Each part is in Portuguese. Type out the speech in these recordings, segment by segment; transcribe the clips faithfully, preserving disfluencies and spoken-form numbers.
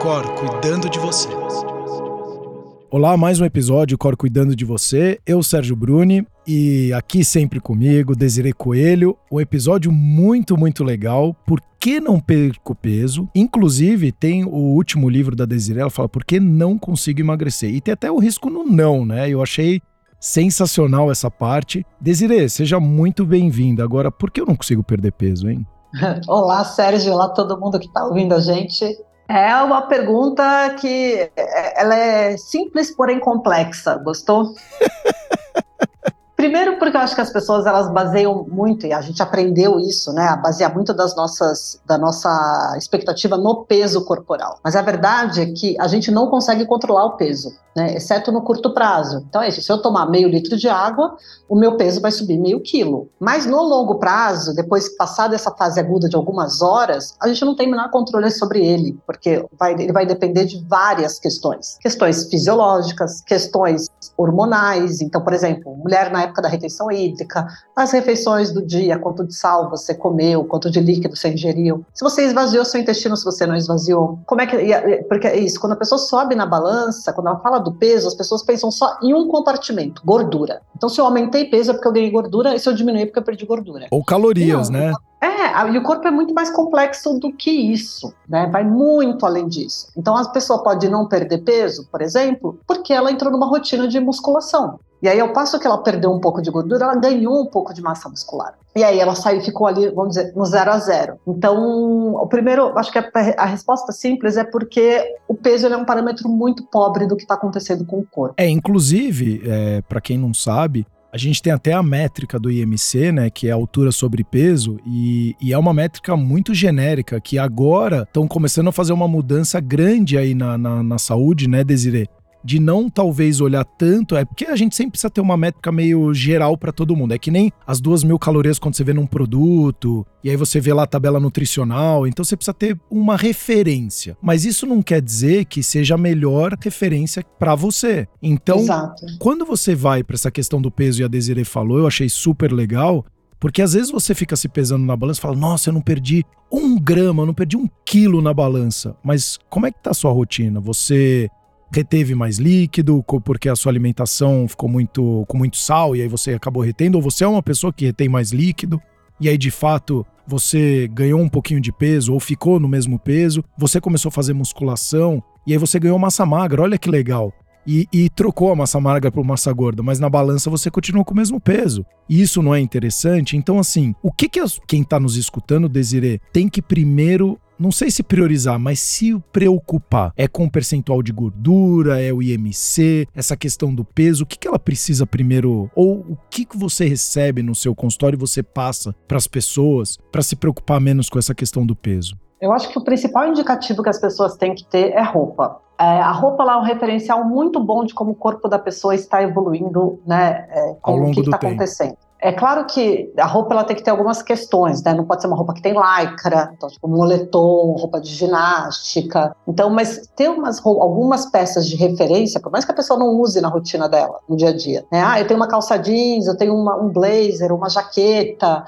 Cor cuidando de você. Olá, mais um episódio Cor cuidando de você. Eu, Sérgio Bruni, e aqui sempre comigo, Desirê Coelho. Um episódio muito, muito legal. Por que não perco peso? Inclusive, tem o último livro da Desirê, ela fala por que não consigo emagrecer. E tem até o risco no não, né? Eu achei sensacional essa parte. Desirê, seja muito bem-vinda. Agora, por que eu não consigo perder peso, hein? Olá, Sérgio. Olá, todo mundo que está ouvindo a gente. É uma pergunta que ela é simples, porém complexa. Gostou? Primeiro porque eu acho que as pessoas elas baseiam muito, e a gente aprendeu isso, né, a basear muito das nossas, da nossa expectativa no peso corporal. Mas a verdade é que a gente não consegue controlar o peso, né, exceto no curto prazo. Então é isso, se eu tomar meio litro de água, o meu peso vai subir meio quilo. Mas no longo prazo, depois que passar dessa fase aguda de algumas horas, a gente não tem o menor controle sobre ele, porque vai, ele vai depender de várias questões. Questões fisiológicas, questões hormonais. Então, por exemplo, mulher na época da retenção hídrica, as refeições do dia, quanto de sal você comeu, quanto de líquido você ingeriu, se você esvaziou seu intestino, se você não esvaziou, como é que, porque é isso, quando a pessoa sobe na balança, quando ela fala do peso, as pessoas pensam só em um compartimento, gordura. Então, se eu aumentei peso é porque eu ganhei gordura, e se eu diminuí é porque eu perdi gordura. Ou calorias, não, né? É, e o corpo é muito mais complexo do que isso, né? Vai muito além disso. Então, a pessoa pode não perder peso, por exemplo, porque ela entrou numa rotina de musculação. E aí, ao passo que ela perdeu um pouco de gordura, ela ganhou um pouco de massa muscular. E aí, ela saiu, ficou ali, vamos dizer, no zero a zero. Então, o primeiro, acho que a, a resposta simples é porque o peso ele é um parâmetro muito pobre do que está acontecendo com o corpo. É, inclusive, é, para quem não sabe, a gente tem até a métrica do I M C, né, que é a altura sobre peso, e, e é uma métrica muito genérica, que agora estão começando a fazer uma mudança grande aí na, na, na saúde, né, Desirê? De não talvez olhar tanto, é porque a gente sempre precisa ter uma métrica meio geral para todo mundo. É que nem as duas mil calorias quando você vê num produto, e aí você vê lá a tabela nutricional, então você precisa ter uma referência. Mas isso não quer dizer que seja a melhor referência para você. Então, Exato. Quando você vai para essa questão do peso, e a Desirê falou, eu achei super legal, porque às vezes você fica se pesando na balança e fala, nossa, eu não perdi um grama, eu não perdi um quilo na balança. Mas como é que tá a sua rotina? Você reteve mais líquido porque a sua alimentação ficou muito, com muito sal e aí você acabou retendo, ou você é uma pessoa que retém mais líquido e aí de fato você ganhou um pouquinho de peso ou ficou no mesmo peso, você começou a fazer musculação e aí você ganhou massa magra, olha que legal. E, e trocou a massa magra por massa gorda, mas na balança você continuou com o mesmo peso. E isso não é interessante? Então assim, o que, que as, quem tá nos escutando, Desirê, tem que primeiro, não sei se priorizar, mas se preocupar? É com o percentual de gordura, é o I M C, essa questão do peso, o que, que ela precisa primeiro, ou o que, que você recebe no seu consultório e você passa para as pessoas para se preocupar menos com essa questão do peso? Eu acho que o principal indicativo que as pessoas têm que ter é roupa. É, a roupa lá é um referencial muito bom de como o corpo da pessoa está evoluindo, né? É, Ao longo o que do está tempo. Acontecendo. É claro que a roupa ela tem que ter algumas questões, né? Não pode ser uma roupa que tem lycra, então tipo moletom, roupa de ginástica. Então, mas ter umas, algumas peças de referência, por mais que a pessoa não use na rotina dela, no dia a dia. Né? Ah, eu tenho uma calça jeans, eu tenho uma, um blazer, uma jaqueta.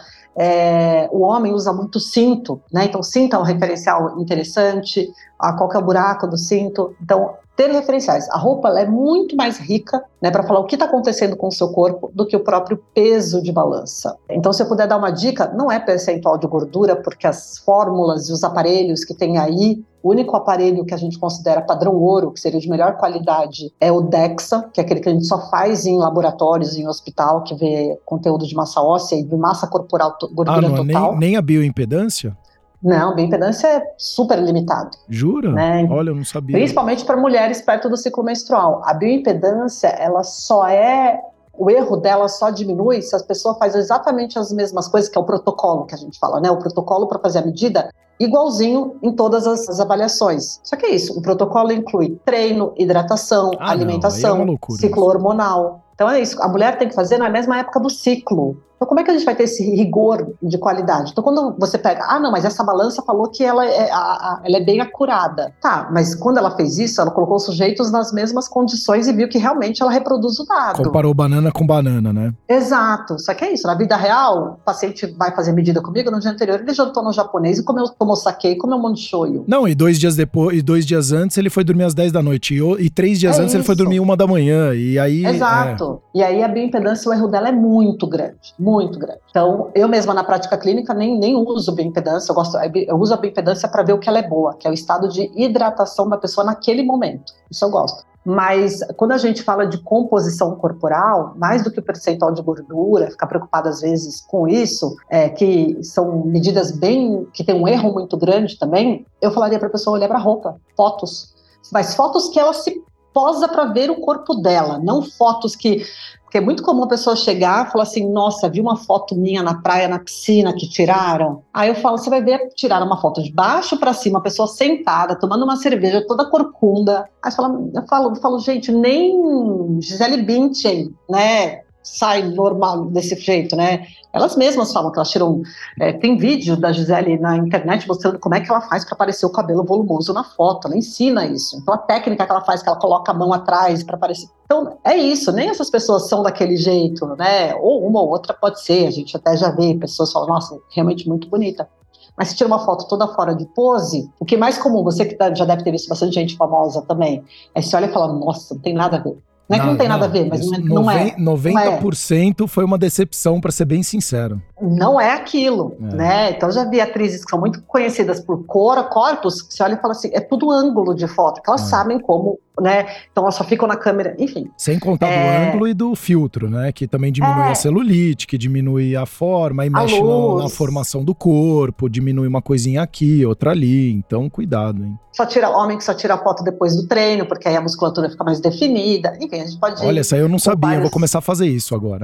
É, o homem usa muito cinto, né? Então cinto é um referencial interessante. Ah, qual que é o buraco do cinto? Então, ter referenciais. A roupa ela é muito mais rica, né, para falar o que está acontecendo com o seu corpo do que o próprio peso de balança. Então, se eu puder dar uma dica, não é percentual de gordura, porque as fórmulas e os aparelhos que tem aí, o único aparelho que a gente considera padrão ouro, que seria de melhor qualidade, é o DEXA, que é aquele que a gente só faz em laboratórios, em hospital, que vê conteúdo de massa óssea e de massa corporal, gordura ah, não é total. Nem, nem a bioimpedância? Não, bioimpedância é super limitado. Jura? Né? Olha, eu não sabia. Principalmente para mulheres perto do ciclo menstrual. A bioimpedância, ela só é... O erro dela só diminui se as pessoas fazem exatamente as mesmas coisas, que é o protocolo que a gente fala, né? O protocolo para fazer a medida igualzinho em todas as, as avaliações. Só que é isso, o protocolo inclui treino, hidratação, ah, alimentação, não, é uma loucura ciclo isso. hormonal. Então é isso, a mulher tem que fazer na mesma época do ciclo. Então, como é que a gente vai ter esse rigor de qualidade? Então, quando você pega, ah, não, mas essa balança falou que ela é, a, a, ela é bem acurada. Tá, mas quando ela fez isso, ela colocou os sujeitos nas mesmas condições e viu que realmente ela reproduz o dado. Comparou banana com banana, né? Exato, só que é isso. Na vida real, o paciente vai fazer medida comigo, no dia anterior ele jantou no japonês e comeu, tomou sake e comeu um monte de shoyu. Não, e dois dias depois, e dois dias antes ele foi dormir às dez da noite. E, e três dias é antes isso. ele foi dormir uma da manhã. E aí. Exato. É... E aí a bioimpedância, o erro dela é muito grande. Muito grande. Então, eu mesma na prática clínica nem, nem uso bioimpedância, eu, gosto, eu uso a bioimpedância para ver o que ela é boa, que é o estado de hidratação da pessoa naquele momento. Isso eu gosto. Mas quando a gente fala de composição corporal, mais do que o percentual de gordura, ficar preocupado às vezes com isso, é, que são medidas bem, que tem um erro muito grande também, eu falaria para a pessoa olhar para a roupa, fotos. Mas fotos que ela se posa para ver o corpo dela, não fotos que... Porque é muito comum a pessoa chegar e falar assim, nossa, vi uma foto minha na praia, na piscina, que tiraram. Aí eu falo, você vai ver, tiraram uma foto de baixo para cima, a pessoa sentada, tomando uma cerveja, toda corcunda. Aí fala, eu falo, eu falo, gente, nem Gisele Bündchen, né, sai normal desse jeito, né? Elas mesmas falam que elas tiram... É, tem vídeo da Gisele na internet mostrando como é que ela faz para aparecer o cabelo volumoso na foto. Ela ensina isso. Então, a técnica que ela faz, que ela coloca a mão atrás para aparecer... Então, é isso. Nem essas pessoas são daquele jeito, né? Ou uma ou outra pode ser. A gente até já vê pessoas falam, nossa, realmente muito bonita. Mas se tira uma foto toda fora de pose, o que é mais comum, você que já deve ter visto bastante gente famosa também, é se olha e fala, nossa, não tem nada a ver. Não é que não, não tem nada não, a ver, mas não é. noventa por cento foi uma decepção, para ser bem sincero. Não é aquilo, é. né? Então, já vi atrizes que são muito conhecidas por cor, corpos, que você olha e fala assim, é tudo ângulo de foto, que elas é. sabem como, né? Então, elas só ficam na câmera, enfim. Sem contar é... do ângulo e do filtro, né? Que também diminui é. a celulite, que diminui a forma, e mexe na, na formação do corpo, diminui uma coisinha aqui, outra ali. Então, cuidado, hein? Só tira, homem que só tira foto depois do treino, porque aí a musculatura fica mais definida. Enfim, a gente pode... Olha, essa aí eu não sabia, vários... eu vou começar a fazer isso agora.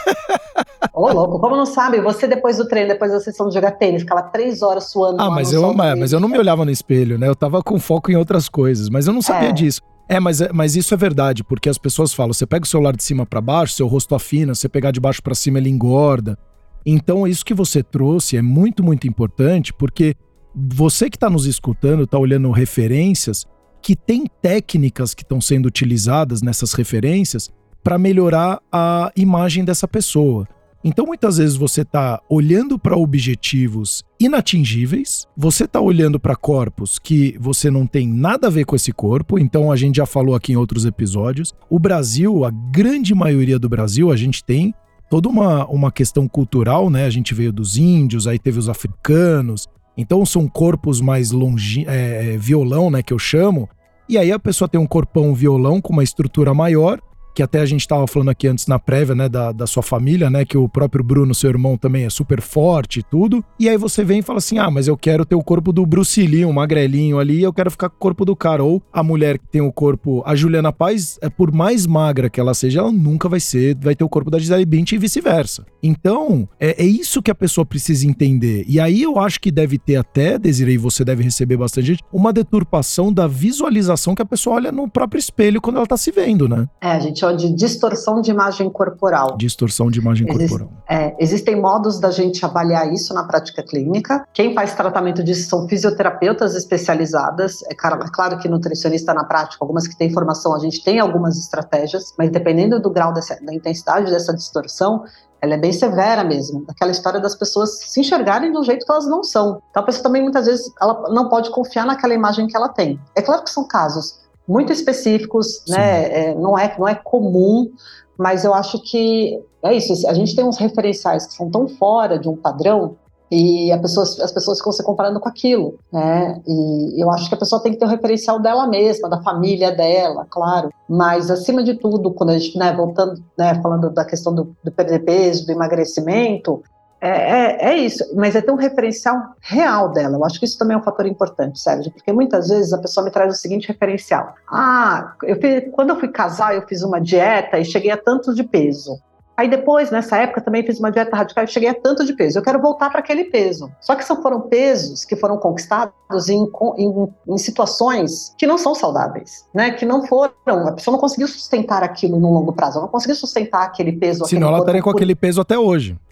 Ô, louco, como não sabe? Você depois do treino, depois da sessão de jogar tênis, ficava três horas suando. Ah, mas eu, mas, mas eu não me olhava no espelho, né? Eu tava com foco em outras coisas, mas eu não sabia é. disso. É, mas, mas isso é verdade, porque as pessoas falam, você pega o celular de cima pra baixo, seu rosto afina, se você pegar de baixo pra cima, ele engorda. Então, isso que você trouxe é muito, muito importante, porque você que tá nos escutando, tá olhando referências, que tem técnicas que estão sendo utilizadas nessas referências para melhorar a imagem dessa pessoa. Então, muitas vezes você tá olhando para objetivos inatingíveis, você tá olhando para corpos que você não tem nada a ver com esse corpo, então a gente já falou aqui em outros episódios. O Brasil, a grande maioria do Brasil, a gente tem toda uma, uma questão cultural, né? A gente veio dos índios, aí teve os africanos, então são corpos mais longe, é, violão, né, que eu chamo, e aí a pessoa tem um corpão violão com uma estrutura maior, que até a gente estava falando aqui antes na prévia, né, da, da sua família, né, que o próprio Bruno, seu irmão, também é super forte e tudo, e aí você vem e fala assim, ah, mas eu quero ter o corpo do Bruce Lee, um magrelinho ali, eu quero ficar com o corpo do cara, ou a mulher que tem o corpo, a Juliana Paz, é por mais magra que ela seja, ela nunca vai ser, vai ter o corpo da Gisele Bündchen e vice-versa. Então, é, é isso que a pessoa precisa entender, e aí eu acho que deve ter até, Desiree, você deve receber bastante gente, uma deturpação da visualização que a pessoa olha no próprio espelho quando ela tá se vendo, né? É, a gente de distorção de imagem corporal. Distorção de imagem Exist, corporal. É, existem modos da gente avaliar isso na prática clínica. Quem faz tratamento disso são fisioterapeutas especializadas. É claro, é claro que nutricionista na prática, algumas que têm formação, a gente tem algumas estratégias, mas dependendo do grau dessa, da intensidade dessa distorção, ela é bem severa mesmo, aquela história das pessoas se enxergarem do jeito que elas não são. Então a pessoa também muitas vezes ela não pode confiar naquela imagem que ela tem. É claro que são casos muito específicos, né? É, não, é, não é comum, mas eu acho que é isso, a gente tem uns referenciais que são tão fora de um padrão e a pessoa, as pessoas ficam se comparando com aquilo, né? E eu acho que a pessoa tem que ter o referencial dela mesma, da família dela, claro, mas acima de tudo, quando a gente, né, voltando, né, falando da questão do, do perder peso, do emagrecimento, É, é, é isso, mas é ter um referencial real dela. Eu acho que isso também é um fator importante, Sérgio, porque muitas vezes a pessoa me traz o seguinte referencial. Ah, eu fiz, quando eu fui casar, eu fiz uma dieta e cheguei a tanto de peso. Aí depois, nessa época, também fiz uma dieta radical e cheguei a tanto de peso. Eu quero voltar para aquele peso. Só que são, foram pesos que foram conquistados em, em, em situações que não são saudáveis, né? Que não foram, a pessoa não conseguiu sustentar aquilo no longo prazo, ela não conseguiu sustentar aquele peso. Senão ela estaria com aquele peso até hoje.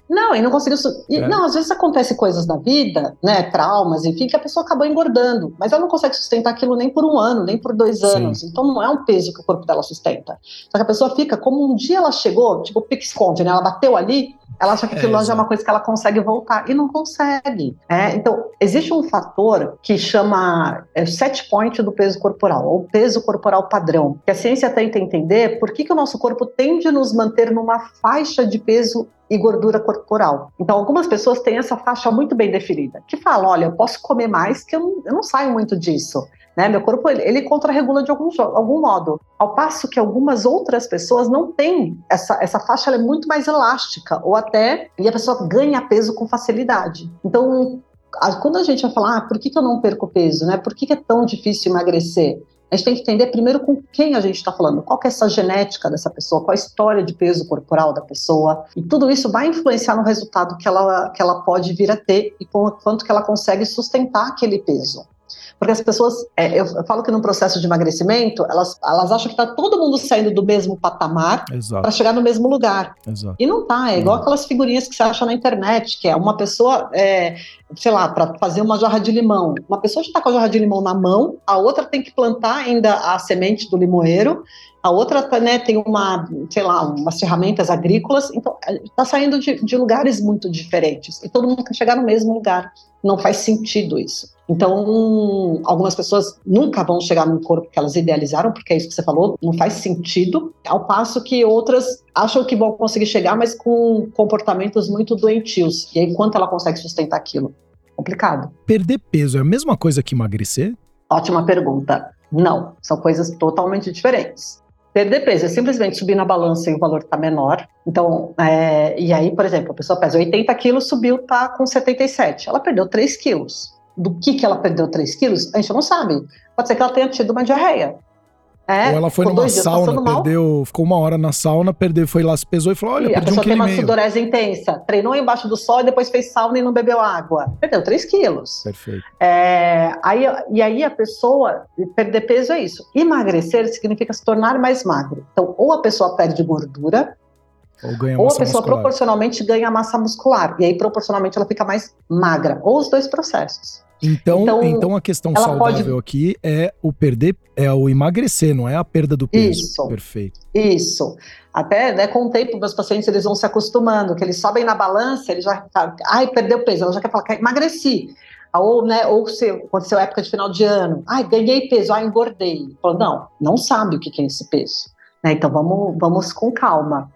Não, e não conseguiu. Su- e, É. Não, às vezes acontece coisas na vida, né? Traumas, enfim, que a pessoa acabou engordando, mas ela não consegue sustentar aquilo nem por um ano, nem por dois Sim. anos. Então não é um peso que o corpo dela sustenta. Só que a pessoa fica, como um dia ela chegou, tipo pique-esconde, né? Ela bateu ali, ela acha que aquilo É, lá já é uma exato. coisa que ela consegue voltar, e não consegue. É, então, existe um fator que chama é, set point do peso corporal, ou peso corporal padrão, que a ciência tenta entender por que, que o nosso corpo tende a nos manter numa faixa de peso e gordura corporal. Então, algumas pessoas têm essa faixa muito bem definida, que falam, olha, eu posso comer mais, que eu não, eu não saio muito disso. Né? Meu corpo, ele, ele contra-regula de algum, algum modo. Ao passo que algumas outras pessoas não têm, essa, essa faixa ela é muito mais elástica, ou até, e a pessoa ganha peso com facilidade. Então, a, quando a gente vai falar, ah, por que, que eu não perco peso? Né? Por que, que é tão difícil emagrecer? A gente tem que entender primeiro com quem a gente está falando, qual que é essa genética dessa pessoa, qual a história de peso corporal da pessoa, e tudo isso vai influenciar no resultado que ela, que ela pode vir a ter e quanto que ela consegue sustentar aquele peso. Porque as pessoas, é, eu, eu falo que no processo de emagrecimento, elas, elas acham que está todo mundo saindo do mesmo patamar para chegar no mesmo lugar. Exato. E não tá, é igual não. aquelas figurinhas que você acha na internet, que é uma pessoa, é, sei lá, para fazer uma jarra de limão. Uma pessoa já está com a jarra de limão na mão, a outra tem que plantar ainda a semente do limoeiro, a outra, né, tem uma, sei lá, umas ferramentas agrícolas, então está saindo de, de lugares muito diferentes, e todo mundo quer chegar no mesmo lugar. Não faz sentido isso. Então, algumas pessoas nunca vão chegar num corpo que elas idealizaram, porque é isso que você falou, não faz sentido, ao passo que outras acham que vão conseguir chegar, mas com comportamentos muito doentios. E aí, quanto ela consegue sustentar aquilo? Complicado. Perder peso é a mesma coisa que emagrecer? Ótima pergunta. Não, são coisas totalmente diferentes. Perder peso é simplesmente subir na balança e o valor está menor. Então, é, e aí, por exemplo, a pessoa pesa oitenta quilos, subiu, está com setenta e sete. Ela perdeu três quilos. Do que, que ela perdeu três quilos? A gente não sabe. Pode ser que ela tenha tido uma diarreia. É, Ou ela foi numa sauna, perdeu, ficou uma hora na sauna, perdeu, foi lá, se pesou e falou, olha, e perdi um quilo e meio. A pessoa tem uma sudorese intensa, treinou embaixo do sol e depois fez sauna e não bebeu água. Perdeu três quilos. Perfeito. É, aí, e aí a pessoa, perder peso é isso. Emagrecer significa se tornar mais magro. Então, ou a pessoa perde gordura, ou, ganha ou massa a pessoa muscular. proporcionalmente ganha massa muscular. E aí, proporcionalmente, ela fica mais magra. Ou os dois processos. Então, então, então a questão saudável pode... aqui é o perder, é o emagrecer, não é a perda do peso. Isso. Perfeito. Isso. Até, né, com o tempo, meus pacientes, eles vão se acostumando, que eles sobem na balança, eles já falam, ai, perdeu peso, ela já quer falar, emagreci. Ou, né, ou se aconteceu época de final de ano, ai, ganhei peso, ai, engordei. Falou, não, não sabe o que é esse peso. Né, então, vamos, vamos com calma.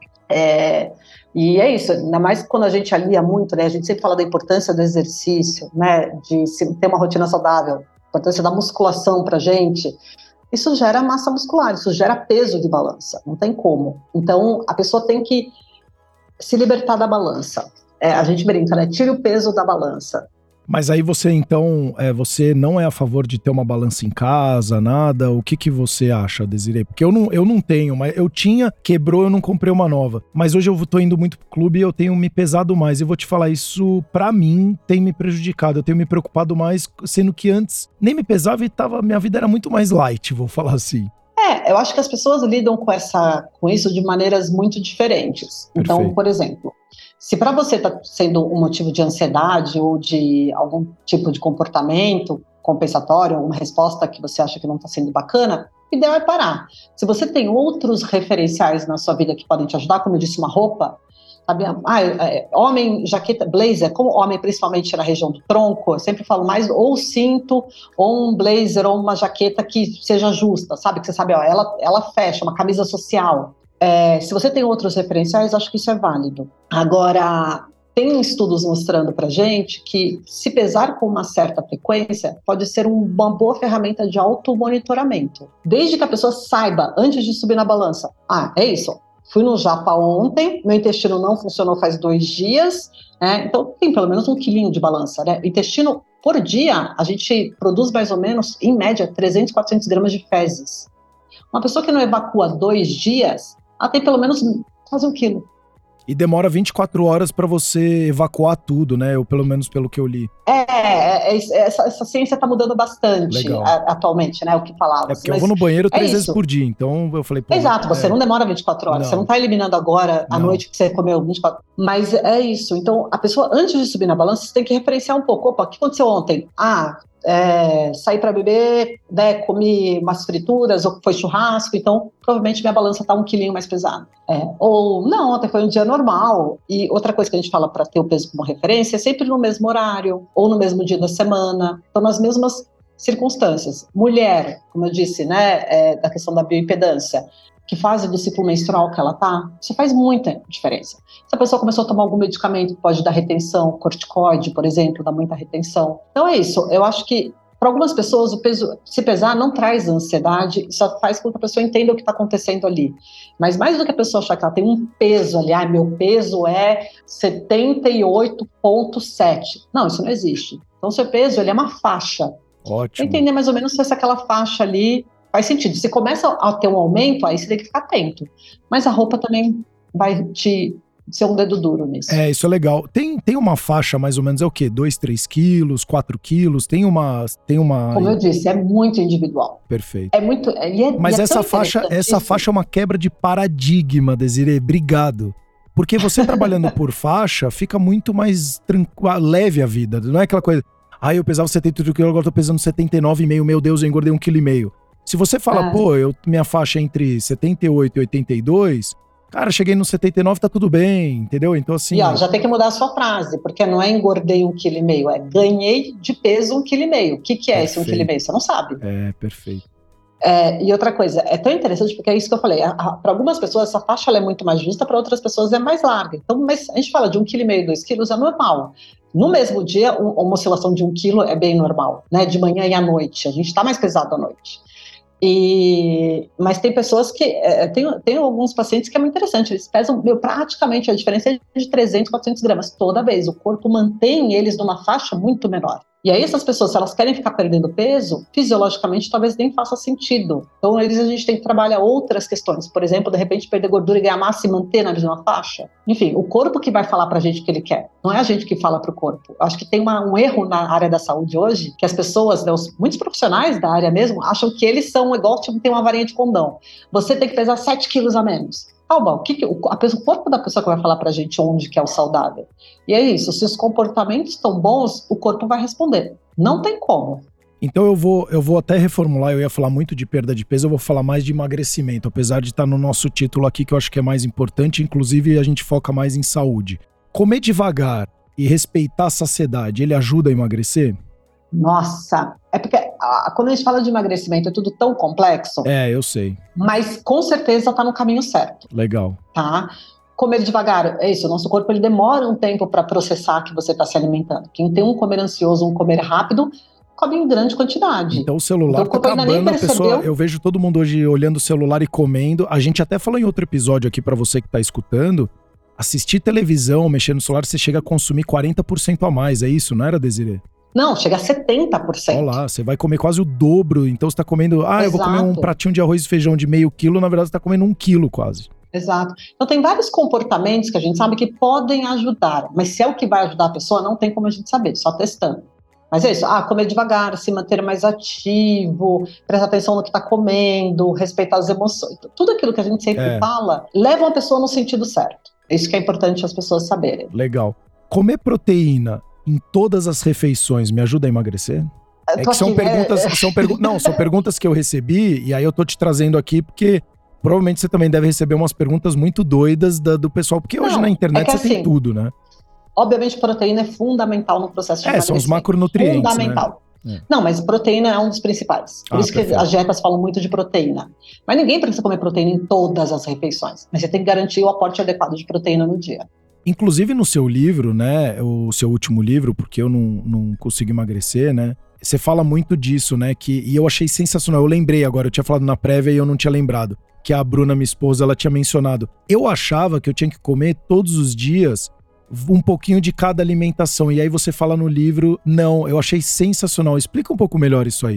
É, e é isso, ainda mais quando a gente alia muito, né? A gente sempre fala da importância do exercício, né? De ter uma rotina saudável, a importância da musculação pra gente. Isso gera massa muscular, isso gera peso de balança, não tem como. Então, a pessoa tem que se libertar da balança. É, a gente brinca, né? Tire o peso da balança. Mas aí você, então, é, você não é a favor de ter uma balança em casa, nada? O que que você acha, Desirê? Porque eu não, eu não tenho, mas eu tinha, quebrou, eu não comprei uma nova. Mas hoje eu tô indo muito pro clube e eu tenho me pesado mais. E vou te falar, isso pra mim tem me prejudicado. Eu tenho me preocupado mais, sendo que antes nem me pesava e tava, minha vida era muito mais light, vou falar assim. É, eu acho que as pessoas lidam com, essa, com isso de maneiras muito diferentes. Perfeito. Então, por exemplo, se para você está sendo um motivo de ansiedade ou de algum tipo de comportamento compensatório, alguma resposta que você acha que não está sendo bacana, o ideal é parar. Se você tem outros referenciais na sua vida que podem te ajudar, como eu disse, uma roupa, sabe? Ah, é, homem, jaqueta, blazer, como homem principalmente na região do tronco, eu sempre falo mais ou cinto, ou um blazer, ou uma jaqueta que seja justa, sabe? Que você sabe, ó, ela, ela fecha, uma camisa social. É, se você tem outros referenciais, acho que isso é válido. Agora, tem estudos mostrando pra gente que se pesar com uma certa frequência pode ser uma boa ferramenta de automonitoramento. Desde que a pessoa saiba, antes de subir na balança, ah, é isso, fui no Japa ontem, meu intestino não funcionou faz dois dias, né? Então tem pelo menos um quilinho de balança, né? O intestino, por dia, a gente produz mais ou menos, em média, trezentos, quatrocentos gramas de fezes. Uma pessoa que não evacua dois dias, ela tem pelo menos quase um quilo. E demora vinte e quatro horas para você evacuar tudo, né? Ou pelo menos pelo que eu li. É, é, é essa, essa ciência está mudando bastante a, atualmente, né? O que falava. É porque eu vou no banheiro três é vezes por dia, então eu falei... Pô, Exato, você é... não demora vinte e quatro horas, não. Você não está eliminando agora à noite que você comeu vinte e quatro horas. Mas é isso, então a pessoa, antes de subir na balança, você tem que referenciar um pouco. Opa, o que aconteceu ontem? Ah... É, saí para beber, né, comi umas frituras ou foi churrasco, então provavelmente minha balança está um quilinho mais pesada. É, ou não, ontem foi um dia normal. E outra coisa que a gente fala para ter o peso como referência é sempre no mesmo horário ou no mesmo dia da semana, então nas mesmas circunstâncias. Mulher, como eu disse, né, é, da questão da bioimpedância, que fase do ciclo menstrual que ela tá, isso faz muita diferença. Se a pessoa começou a tomar algum medicamento que pode dar retenção, corticoide, por exemplo, dá muita retenção. Então é isso, eu acho que para algumas pessoas o peso, se pesar não traz ansiedade, só faz com que a pessoa entenda o que está acontecendo ali. Mas mais do que a pessoa achar que ela tem um peso ali, ah, meu peso é setenta e oito vírgula sete. Não, isso não existe. Então seu peso ele é uma faixa. Ótimo. Entender mais ou menos se aquela faixa ali faz sentido. Se começa a ter um aumento, aí você tem que ficar atento. Mas a roupa também vai te ser um dedo duro nisso. É, isso é legal. Tem, tem uma faixa mais ou menos, é o quê? dois, três quilos, quatro quilos? Tem uma, tem uma... Como eu disse, é muito individual. Perfeito. É muito... E é, Mas e é essa, faixa, essa faixa é uma quebra de paradigma, Desirê. Obrigado. Porque você trabalhando por faixa, fica muito mais tranquilo, leve a vida. Não é aquela coisa... Ah, eu pesava setenta quilos, agora tô pesando setenta e nove vírgula cinco. Meu Deus, eu engordei um quilo e meio. Se você fala, ah. pô, eu, minha faixa é entre setenta e oito e oitenta e dois, cara, cheguei no setenta e nove, tá tudo bem, entendeu? Então assim... E ó, já tem que mudar a sua frase, porque não é engordei um quilo e meio, é ganhei de peso um quilo e meio. O que que é perfeito. Esse um quilo e meio? Você não sabe. É, perfeito. É, e outra coisa, é tão interessante porque é isso que eu falei, para algumas pessoas essa faixa ela é muito mais justa, para outras pessoas é mais larga. Então, mas a gente fala de um quilo e meio, dois quilos, é normal. No mesmo dia, uma oscilação de um quilo é bem normal, né? De manhã e à noite, a gente está mais pesado à noite. E, mas tem pessoas que, é, tem, tem alguns pacientes que é muito interessante, eles pesam meu, praticamente a diferença é de trezentos, quatrocentos gramas toda vez, o corpo mantém eles numa faixa muito menor. E aí essas pessoas, se elas querem ficar perdendo peso, fisiologicamente talvez nem faça sentido. Então eles, a gente tem que trabalhar outras questões, por exemplo, de repente perder gordura e ganhar massa e manter na mesma faixa. Enfim, o corpo que vai falar pra gente o que ele quer, não é a gente que fala pro corpo. Acho que tem uma, um erro na área da saúde hoje, que as pessoas, né, os, muitos profissionais da área mesmo, acham que eles são igual, tipo, tem uma varinha de condão. Você tem que pesar sete quilos a menos. Calma, o, que que, o, a, o corpo da pessoa que vai falar pra gente onde que é o saudável. E é isso, se os comportamentos estão bons, o corpo vai responder. Não tem como. Então eu vou, eu vou até reformular, eu ia falar muito de perda de peso, eu vou falar mais de emagrecimento, apesar de estar no nosso título aqui, que eu acho que é mais importante, inclusive a gente foca mais em saúde. Comer devagar e respeitar a saciedade, ele ajuda a emagrecer? Nossa, é porque a, quando a gente fala de emagrecimento é tudo tão complexo. É, eu sei. Mas com certeza tá no caminho certo. Legal. Tá? Comer devagar, é isso, o nosso corpo ele demora um tempo para processar que você está se alimentando. Quem tem um comer ansioso, um comer rápido, come em grande quantidade. Então o celular então, tá acabando, a pessoa, eu vejo todo mundo hoje olhando o celular e comendo. A gente até falou em outro episódio aqui para você que tá escutando, assistir televisão, mexer no celular, você chega a consumir quarenta por cento a mais, é isso, não era, Desirê? Não, chega a setenta por cento. Olha lá, você vai comer quase o dobro, então você tá comendo, ah, Exato. Eu vou comer um pratinho de arroz e feijão de meio quilo, na verdade você tá comendo um quilo quase. Exato. Então tem vários comportamentos que a gente sabe que podem ajudar, mas se é o que vai ajudar a pessoa, não tem como a gente saber, só testando. Mas é isso, ah, comer devagar, se manter mais ativo, prestar atenção no que está comendo, respeitar as emoções, tudo aquilo que a gente sempre é. fala, leva uma pessoa no sentido certo. É isso que é importante as pessoas saberem. Legal. Comer proteína em todas as refeições me ajuda a emagrecer? É que são aqui, perguntas, é... são pergu- não, são perguntas que eu recebi e aí eu tô te trazendo aqui porque provavelmente você também deve receber umas perguntas muito doidas da, do pessoal, porque não, hoje na internet é você assim, tem tudo, né? Obviamente proteína é fundamental no processo de é, emagrecimento. É, são os macronutrientes, fundamental. Né? Não, mas proteína é um dos principais. Por ah, isso perfeito. Que as dietas falam muito de proteína. Mas ninguém precisa comer proteína em todas as refeições. Mas você tem que garantir o aporte adequado de proteína no dia. Inclusive no seu livro, né, o seu último livro, porque eu não, não consigo emagrecer, né, você fala muito disso, né, que, e eu achei sensacional, eu lembrei agora, eu tinha falado na prévia e eu não tinha lembrado, que a Bruna, minha esposa, ela tinha mencionado. Eu achava que eu tinha que comer todos os dias um pouquinho de cada alimentação, e aí você fala no livro, não, eu achei sensacional, explica um pouco melhor isso aí.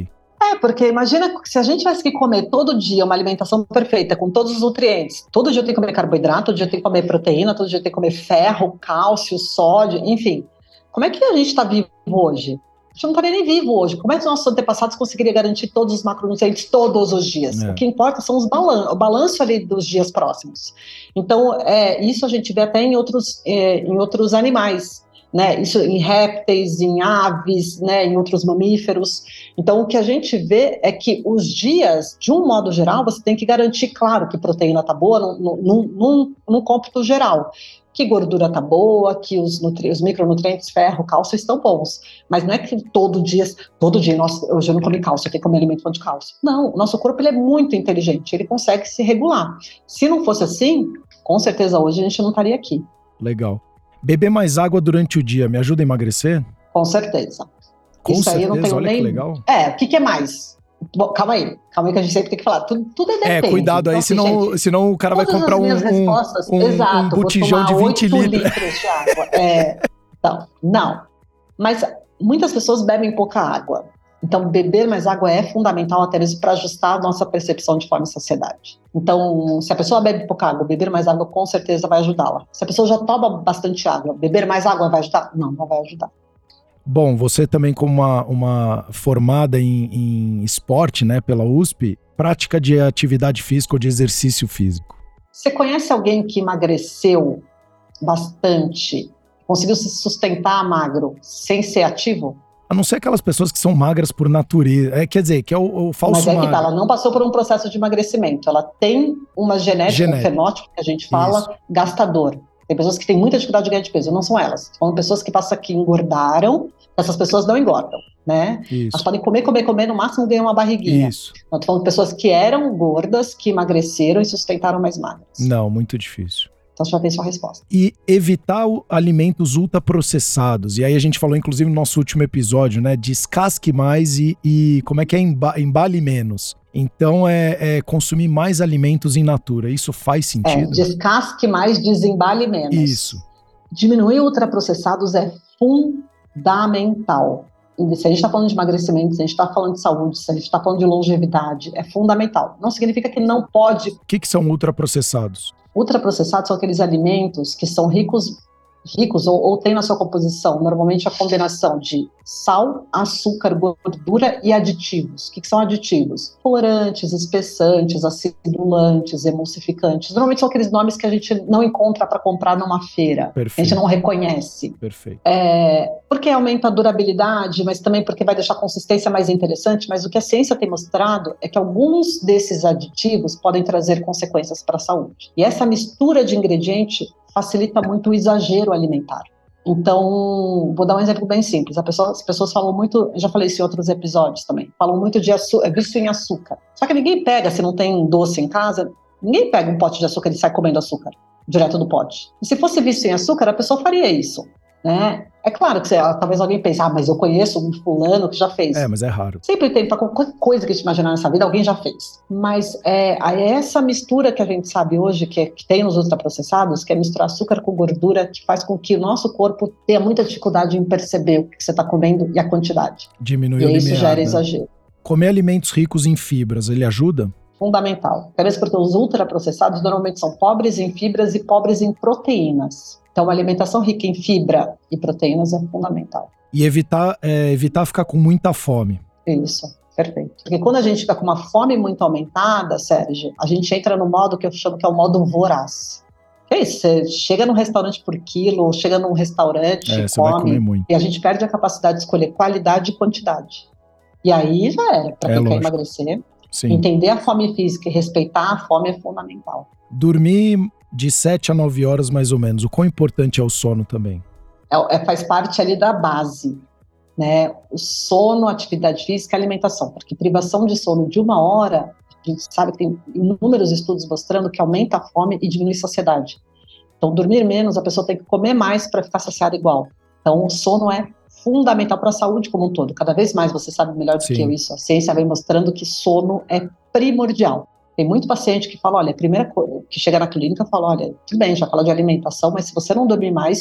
É, porque imagina se a gente tivesse que comer todo dia uma alimentação perfeita, com todos os nutrientes. Todo dia eu tenho que comer carboidrato, todo dia eu tenho que comer proteína, todo dia eu tenho que comer ferro, cálcio, sódio, enfim. Como é que a gente está vivo hoje? A gente não estaria nem vivo hoje. Como é que os nossos antepassados conseguiriam garantir todos os macronutrientes todos os dias? É. O que importa são os balan- o balanço ali dos dias próximos. Então, é, isso a gente vê até em outros, é, em outros animais. Né, isso em répteis, em aves, né, em outros mamíferos. Então, o que a gente vê é que os dias, de um modo geral, você tem que garantir, claro, que proteína está boa, num, num, num, num cômputo geral, que gordura está boa, que os, nutri- os micronutrientes, ferro, cálcio estão bons. Mas não é que todo dia, todo dia, nossa, hoje eu não comi cálcio, eu tenho que comer alimento de cálcio. Não, o nosso corpo ele é muito inteligente, ele consegue se regular. Se não fosse assim, com certeza hoje a gente não estaria aqui. Legal. Beber mais água durante o dia me ajuda a emagrecer? Com certeza. Com Isso certeza, aí eu não tenho olha nem... que legal. É, o que, que é mais? Bom, calma aí, calma aí que a gente sempre tem que falar. Tudo, tudo é depende. É, cuidado aí, então, senão, gente, senão o cara vai comprar um, minhas um, respostas, um, exato, um botijão de vou tomar vinte oito litros. litros de água. É, então, não. Mas muitas pessoas bebem pouca água. Então, beber mais água é fundamental até mesmo para ajustar a nossa percepção de fome e saciedade. Então, se a pessoa bebe pouca água, beber mais água com certeza vai ajudá-la. Se a pessoa já toma bastante água, beber mais água vai ajudar? Não, não vai ajudar. Bom, você também como uma, uma formada em, em esporte, né, pela U S P, prática de atividade física ou de exercício físico. Você conhece alguém que emagreceu bastante, conseguiu se sustentar magro sem ser ativo? A não ser aquelas pessoas que são magras por natureza. É, quer dizer, que é o, o falso Mas é magro. que tá, ela não passou por um processo de emagrecimento. Ela tem uma genética, Genética. um fenótipo, que a gente fala, Isso. gastador. Tem pessoas que têm muita dificuldade de ganhar de peso, não são elas. São pessoas que passam aqui engordaram, essas pessoas não engordam, né? Isso. Elas podem comer, comer, comer, no máximo ganham uma barriguinha. Isso. Nós estamos falando de pessoas que eram gordas, que emagreceram e sustentaram mais magras. Não, muito difícil. Então você já tem sua resposta. E evitar o- alimentos ultraprocessados. E aí a gente falou, inclusive, no nosso último episódio, né? Descasque mais e, e como é que é? Emba- embale menos. Então é, é consumir mais alimentos in natura. Isso faz É, sentido? descasque mais, desembale menos. Isso. Diminuir ultraprocessados é fundamental. E se a gente está falando de emagrecimento, se a gente está falando de saúde, se a gente está falando de longevidade, é fundamental. Não significa que não pode. O que, que são ultraprocessados? Ultraprocessados são aqueles alimentos que são ricos, ricos ou, ou têm na sua composição, normalmente a combinação de sal, açúcar, gordura e aditivos. O que, que são aditivos? Corantes, espessantes, acidulantes, emulsificantes. Normalmente são aqueles nomes que a gente não encontra para comprar numa feira. Perfeito. A gente não reconhece. Perfeito. É, porque aumenta a durabilidade, mas também porque vai deixar a consistência mais interessante. Mas o que a ciência tem mostrado é que alguns desses aditivos podem trazer consequências para a saúde. E essa mistura de ingrediente facilita muito o exagero alimentar. Então, vou dar um exemplo bem simples. A pessoa, as pessoas falam muito, eu já falei isso em outros episódios também, falam muito de açúcar, vício em açúcar. Só que ninguém pega, se não tem doce em casa, ninguém pega um pote de açúcar e sai comendo açúcar direto do pote. E se fosse vício em açúcar, a pessoa faria isso, né? É claro que você, talvez alguém pense, ah, mas eu conheço um fulano que já fez. É, mas é raro. Sempre tem, para qualquer coisa que a gente imaginar nessa vida, alguém já fez. Mas é, é essa mistura que a gente sabe hoje, que, que tem nos ultraprocessados, que é misturar açúcar com gordura, que faz com que o nosso corpo tenha muita dificuldade em perceber o que você está comendo e a quantidade. Diminui e o aí isso limiar, gera né? exagero. Comer alimentos ricos em fibras, ele ajuda? Fundamental. Até mesmo porque os ultraprocessados normalmente são pobres em fibras e pobres em proteínas. Então, uma alimentação rica em fibra e proteínas é fundamental. E evitar, é, evitar ficar com muita fome. Isso, perfeito. Porque quando a gente fica com uma fome muito aumentada, Sérgio, a gente entra no modo que eu chamo que é o modo voraz. Que é isso, você chega num restaurante por quilo, chega num restaurante, É, você vai comer come, muito. e a gente perde a capacidade de escolher qualidade e quantidade. E aí já era, para É quem quer lógico. emagrecer, Sim. entender a fome física e respeitar a fome é fundamental. Dormir de sete a nove horas mais ou menos. O quão importante é o sono também? É, é, faz parte ali da base, né? O sono, atividade física e alimentação, porque privação de sono de uma hora, a gente sabe que tem inúmeros estudos mostrando que aumenta a fome e diminui a saciedade. Então, dormir menos, a pessoa tem que comer mais para ficar saciada igual. Então, o sono é fundamental para a saúde como um todo. Cada vez mais você sabe melhor do Sim. que eu isso. A ciência vem mostrando que sono é primordial. Tem muito paciente que fala, olha, a primeira coisa que chega na clínica fala, olha, tudo bem, já fala de alimentação, mas se você não dormir mais,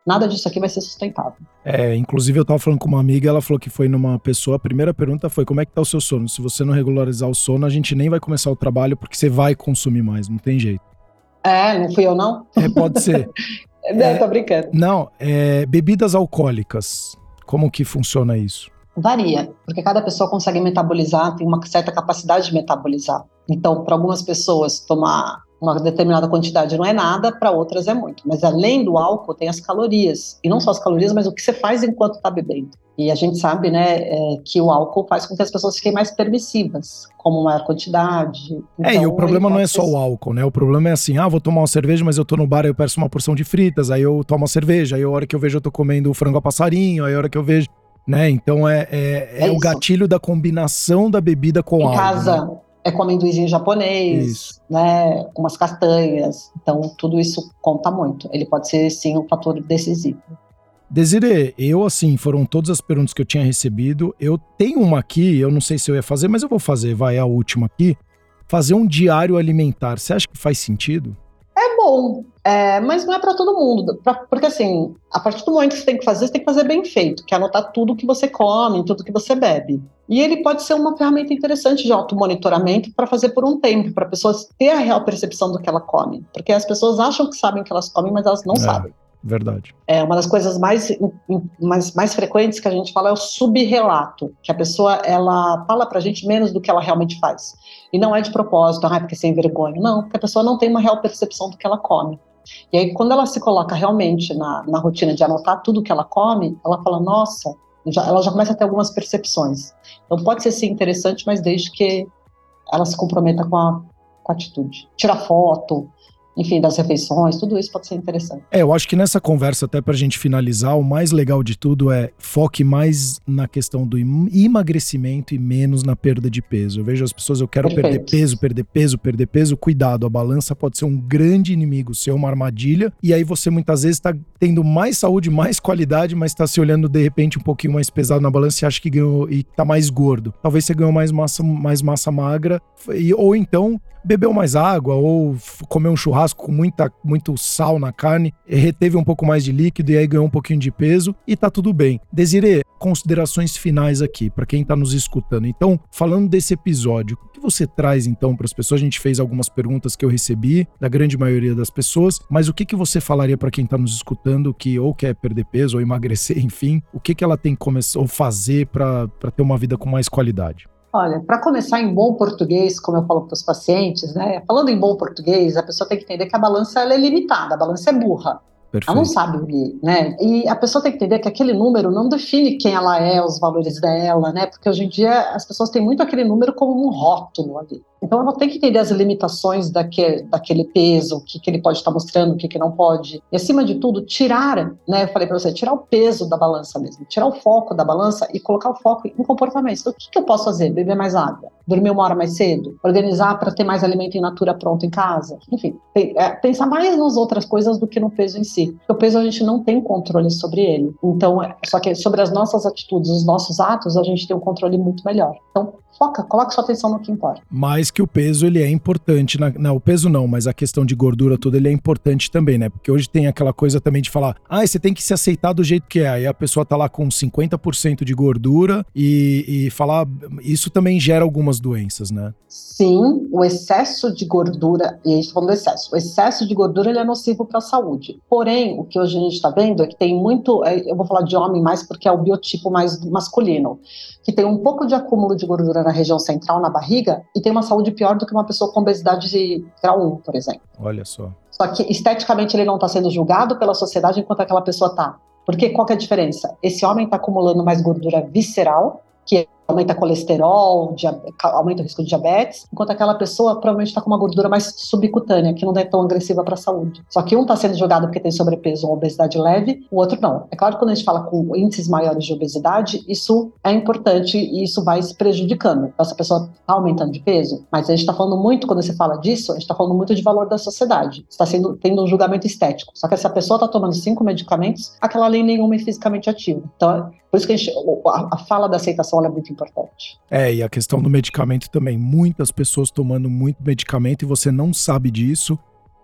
nada disso aqui vai ser sustentável. É, inclusive eu tava falando com uma amiga, ela falou que foi numa pessoa, a primeira pergunta foi, como é que tá o seu sono? Se você não regularizar o sono, a gente nem vai começar o trabalho, porque você vai consumir mais, não tem jeito. É, não fui eu não? É, pode ser. Não, é, tô brincando. Não, é, bebidas alcoólicas, como que funciona isso? Varia, porque cada pessoa consegue metabolizar, tem uma certa capacidade de metabolizar. Então, para algumas pessoas, tomar uma determinada quantidade não é nada, para outras é muito. Mas além do álcool, tem as calorias. E não só as calorias, mas o que você faz enquanto está bebendo. E a gente sabe, né, é, que o álcool faz com que as pessoas fiquem mais permissivas, como maior quantidade. Então, é, e o problema não é ser... só o álcool, né? O problema é assim, ah, vou tomar uma cerveja, mas eu tô no bar, aí eu peço uma porção de fritas, aí eu tomo a cerveja, aí a hora que eu vejo eu tô comendo frango a passarinho, aí a hora que eu vejo... Né? Então é, é, é, é o gatilho da combinação da bebida com álcool. Em casa, né? É com amendoizinho japonês, isso. Né? Com umas castanhas. Então tudo isso conta muito. Ele pode ser, sim, um fator decisivo. Desirê, eu assim, foram todas as perguntas que eu tinha recebido. Eu tenho uma aqui, eu não sei se eu ia fazer, mas eu vou fazer, vai, a última aqui. Fazer um diário alimentar, você acha que faz sentido? É bom, é, mas não é para todo mundo, pra, porque assim, a partir do momento que você tem que fazer, você tem que fazer bem feito, que é anotar tudo que você come, tudo que você bebe. E ele pode ser uma ferramenta interessante de automonitoramento para fazer por um tempo, para a pessoa ter a real percepção do que ela come, porque as pessoas acham que sabem o que elas comem, mas elas não é, sabem. Verdade. É uma das coisas mais, mais, mais frequentes que a gente fala é o subrelato, que a pessoa ela fala pra gente menos do que ela realmente faz. E não é de propósito, ah, porque sem vergonha. Não, porque a pessoa não tem uma real percepção do que ela come. E aí, quando ela se coloca realmente na, na rotina de anotar tudo que ela come, ela fala, nossa, já, ela já começa a ter algumas percepções. Então pode ser sim interessante, mas desde que ela se comprometa com a, com a atitude. Tirar foto, enfim, das refeições, tudo isso pode ser interessante. É, eu acho que nessa conversa, até pra gente finalizar, o mais legal de tudo é foque mais na questão do emagrecimento e menos na perda de peso. Eu vejo as pessoas, eu quero Perfeito. perder peso, perder peso, perder peso. Cuidado, a balança pode ser um grande inimigo seu, uma armadilha, e aí você muitas vezes tá tendo mais saúde, mais qualidade, mas tá se olhando de repente um pouquinho mais pesado na balança e acha que ganhou e tá mais gordo. Talvez você ganhou mais massa, mais massa magra, e, ou então bebeu mais água, ou comeu um churrasco com muita, muito sal na carne, reteve um pouco mais de líquido e aí ganhou um pouquinho de peso e tá tudo bem. Desirê, considerações finais aqui, para quem tá nos escutando. Então, falando desse episódio, o que você traz então para as pessoas? A gente fez algumas perguntas que eu recebi da grande maioria das pessoas, mas o que, que você falaria para quem tá nos escutando que ou quer perder peso ou emagrecer, enfim, o que, que ela tem que começar ou fazer para ter uma vida com mais qualidade? Olha, para começar em bom português, como eu falo para os pacientes, né? Falando em bom português, a pessoa tem que entender que a balança ela é limitada, a balança é burra. Perfeito. Ela não sabe ler, né? E a pessoa tem que entender que aquele número não define quem ela é, os valores dela, né? Porque hoje em dia as pessoas têm muito aquele número como um rótulo ali. Então ela tem que entender as limitações daquele, daquele peso, o que, que ele pode estar mostrando, o que, que não pode. E acima de tudo, tirar, né? Eu falei para você, tirar o peso da balança mesmo, tirar o foco da balança e colocar o foco em comportamentos. Então o que, que eu posso fazer? Beber mais água? Dormir uma hora mais cedo? Organizar para ter mais alimento in natura pronto em casa? Enfim, é, pensar mais nas outras coisas do que no peso em si. Porque o peso a gente não tem controle sobre ele. Então, só que sobre as nossas atitudes, os nossos atos, a gente tem um controle muito melhor. Então, foca, coloque sua atenção no que importa. Mas que o peso, ele é importante. Na, não, o peso não, mas a questão de gordura toda, ele é importante também, né? Porque hoje tem aquela coisa também de falar, ah, você tem que se aceitar do jeito que é. Aí a pessoa tá lá com cinquenta por cento de gordura e, e falar, isso também gera algumas doenças, né? Sim, o excesso de gordura, e a gente tá falando do excesso, o excesso de gordura, ele é nocivo para a saúde. Porém, o que hoje a gente está vendo é que tem muito, eu vou falar de homem mais porque é o biotipo mais masculino, que tem um pouco de acúmulo de gordura na região central, na barriga, e tem uma saúde pior do que uma pessoa com obesidade de grau um, por exemplo. Olha só. Só que esteticamente ele não está sendo julgado pela sociedade enquanto aquela pessoa está. Porque qual que é a diferença? Esse homem está acumulando mais gordura visceral, que aumenta colesterol, aumenta o risco de diabetes, enquanto aquela pessoa provavelmente está com uma gordura mais subcutânea, que não é tão agressiva para a saúde. Só que um está sendo jogado porque tem sobrepeso ou obesidade leve, o outro não. É claro que quando a gente fala com índices maiores de obesidade, isso é importante e isso vai se prejudicando. Essa pessoa está aumentando de peso, mas a gente está falando muito, quando você fala disso, a gente está falando muito de valor da sociedade. Está sendo tendo um julgamento estético. Só que essa pessoa está tomando cinco medicamentos, aquela lei nenhuma é fisicamente ativa. Então, por isso que a, gente, a, a fala da aceitação é muito importante. É, e a questão do medicamento também. Muitas pessoas tomando muito medicamento e você não sabe disso.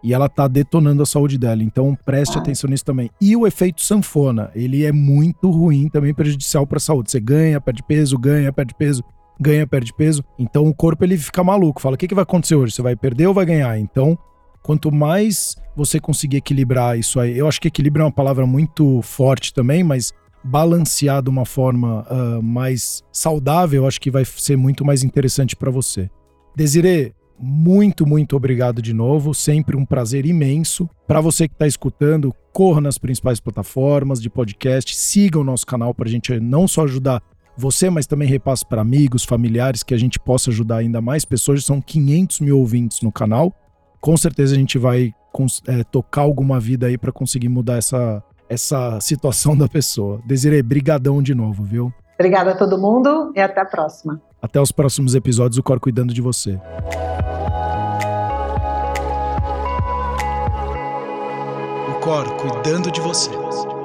e ela tá detonando a saúde dela. Então preste Ah. atenção nisso também. E o efeito sanfona, ele é muito ruim, também prejudicial para a saúde. Você ganha, perde peso, ganha, perde peso, ganha, perde peso. Então o corpo ele fica maluco, fala: o que, que vai acontecer hoje? Você vai perder ou vai ganhar? Então, quanto mais você conseguir equilibrar isso aí, eu acho que equilíbrio é uma palavra muito forte também, mas balancear de uma forma uh, mais saudável, eu acho que vai ser muito mais interessante para você. Desirê, muito, muito obrigado de novo. Sempre um prazer imenso. Para você que está escutando, corra nas principais plataformas de podcast, siga o nosso canal para a gente não só ajudar você, mas também repasse para amigos, familiares, que a gente possa ajudar ainda mais pessoas. São quinhentos mil ouvintes no canal. Com certeza a gente vai é, tocar alguma vida aí para conseguir mudar essa, essa situação da pessoa. Desirê, brigadão de novo, viu? Obrigada a todo mundo e até a próxima. Até os próximos episódios do Cor Cuidando de Você. O Cor Cuidando de Você.